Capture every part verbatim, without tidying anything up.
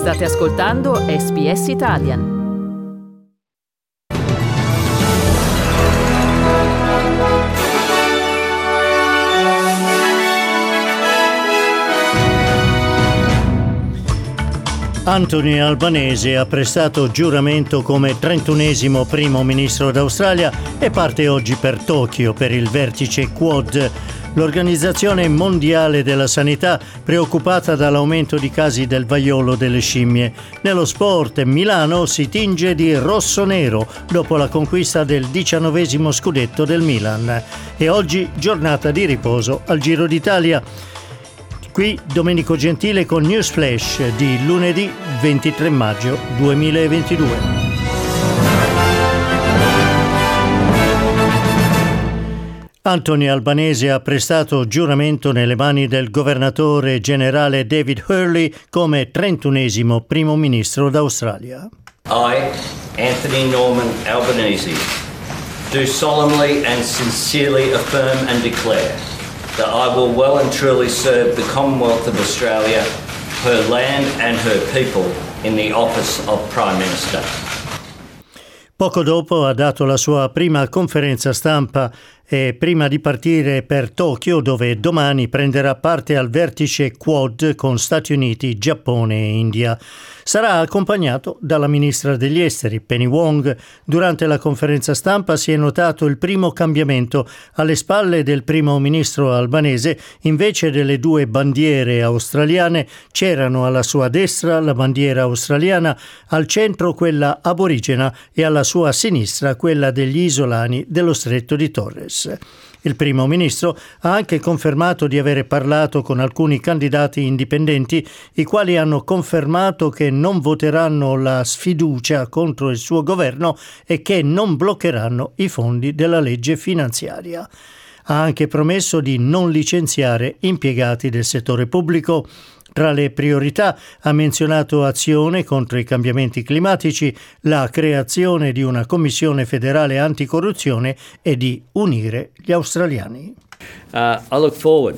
State ascoltando S B S Italian. Anthony Albanese ha prestato giuramento come trentunesimo primo ministro d'Australia e parte oggi per Tokyo per il vertice Quad, l'Organizzazione Mondiale della Sanità preoccupata dall'aumento di casi del vaiolo delle scimmie. Nello sport, Milano si tinge di rosso-nero dopo la conquista del diciannovesimo scudetto del Milan. E oggi giornata di riposo al Giro d'Italia. Qui Domenico Gentile con News Flash di lunedì ventitré maggio duemilaventidue. Anthony Albanese ha prestato giuramento nelle mani del governatore generale David Hurley come trentunesimo primo ministro d'Australia. I, Anthony Norman Albanese, do solemnly and sincerely affirm and declare that I will well and truly serve the Commonwealth of Australia, her land and her people in the office of Prime Minister. Poco dopo ha dato la sua prima conferenza stampa e prima di partire per Tokyo, dove domani prenderà parte al vertice Quad con Stati Uniti, Giappone e India. Sarà accompagnato dalla ministra degli esteri, Penny Wong. Durante la conferenza stampa si è notato il primo cambiamento. Alle spalle del primo ministro albanese, invece delle due bandiere australiane, c'erano alla sua destra la bandiera australiana, al centro quella aborigena e alla sua sinistra quella degli isolani dello Stretto di Torres. Il primo ministro ha anche confermato di avere parlato con alcuni candidati indipendenti, i quali hanno confermato che non voteranno la sfiducia contro il suo governo e che non bloccheranno i fondi della legge finanziaria. Ha anche promesso di non licenziare impiegati del settore pubblico. Tra le priorità ha menzionato azione contro i cambiamenti climatici, la creazione di una commissione federale anticorruzione e di unire gli australiani. Uh, I look forward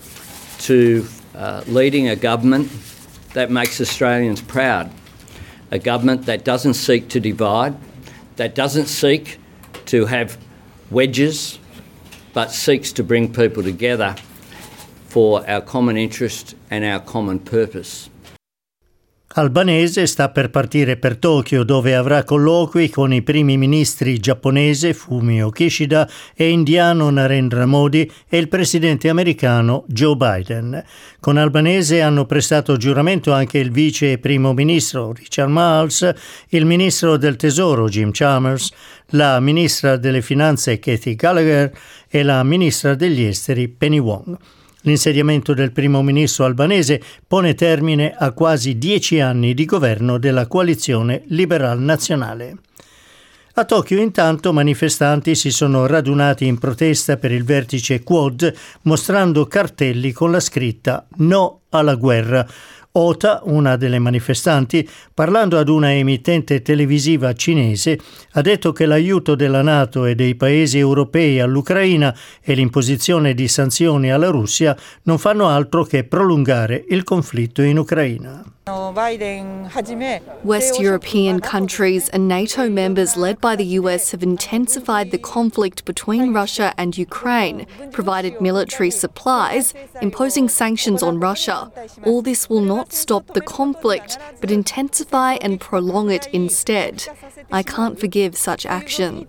to uh, leading a government that makes Australians proud, a government that doesn't seek to divide, that doesn't seek to have wedges, but seeks to bring people together for our common interest and our common purpose. Albanese sta per partire per Tokyo, dove avrà colloqui con i primi ministri giapponese Fumio Kishida e indiano Narendra Modi e il presidente americano Joe Biden. Con Albanese hanno prestato giuramento anche il vice primo ministro Richard Marles, il ministro del tesoro Jim Chalmers, la ministra delle finanze Kathy Gallagher e la ministra degli esteri Penny Wong. L'insediamento del primo ministro albanese pone termine a quasi dieci anni di governo della coalizione liberal nazionale. A Tokyo, intanto, manifestanti si sono radunati in protesta per il vertice Quad, mostrando cartelli con la scritta «No alla guerra». Ota, una delle manifestanti, parlando ad una emittente televisiva cinese, ha detto che l'aiuto della NATO e dei paesi europei all'Ucraina e l'imposizione di sanzioni alla Russia non fanno altro che prolungare il conflitto in Ucraina. West European countries and NATO members led by the U S have intensified the conflict between Russia and Ukraine, provided military supplies, imposing sanctions on Russia. All this will not stop the conflict, but intensify and prolong it instead. I can't forgive such actions.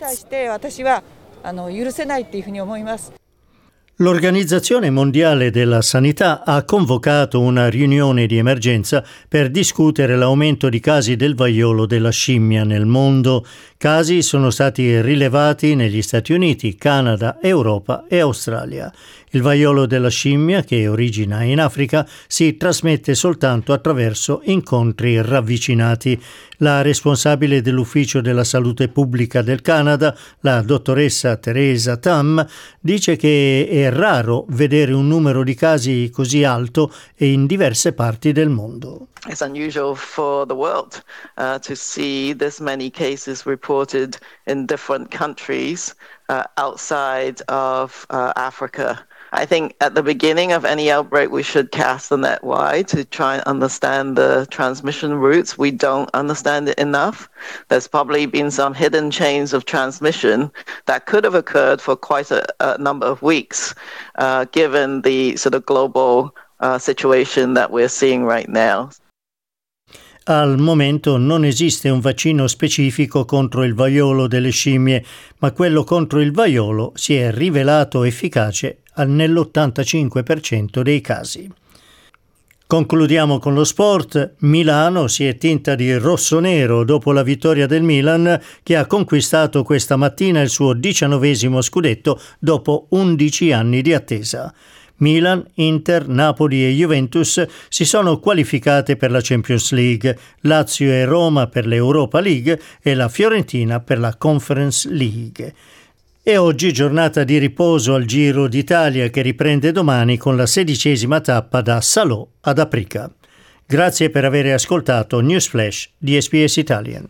L'Organizzazione Mondiale della Sanità ha convocato una riunione di emergenza per discutere l'aumento di casi del vaiolo della scimmia nel mondo. Casi sono stati rilevati negli Stati Uniti, Canada, Europa e Australia. Il vaiolo della scimmia, che origina in Africa, si trasmette soltanto attraverso incontri ravvicinati. La responsabile dell'Ufficio della Salute Pubblica del Canada, la dottoressa Teresa Tam, dice che è raro vedere un numero di casi così alto e in diverse parti del mondo. It's unusual for the world uh, to see this many cases reported in different countries uh, outside of uh, Africa I think at the beginning of any outbreak, we should cast the net wide to try and understand the transmission routes. We don't understand it enough. There's probably been some hidden chains of transmission that could have occurred for quite a, a number of weeks, uh, given the sort of global uh, situation that we're seeing right now. Al momento non esiste un vaccino specifico contro il vaiolo delle scimmie, ma quello contro il vaiolo si è rivelato efficace nell'ottantacinque per cento dei casi. Concludiamo con lo sport. Milano si è tinta di rosso-nero dopo la vittoria del Milan, che ha conquistato questa mattina il suo diciannovesimo scudetto dopo undici anni di attesa. Milan, Inter, Napoli e Juventus si sono qualificate per la Champions League, Lazio e Roma per l'Europa League e la Fiorentina per la Conference League. E oggi giornata di riposo al Giro d'Italia, che riprende domani con la sedicesima tappa da Salò ad Aprica. Grazie per aver ascoltato News Flash di S B S Italian.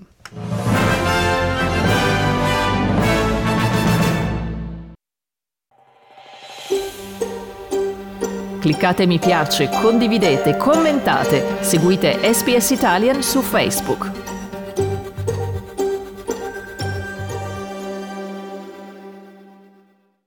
Cliccate mi piace, condividete, commentate, seguite S B S Italian su Facebook.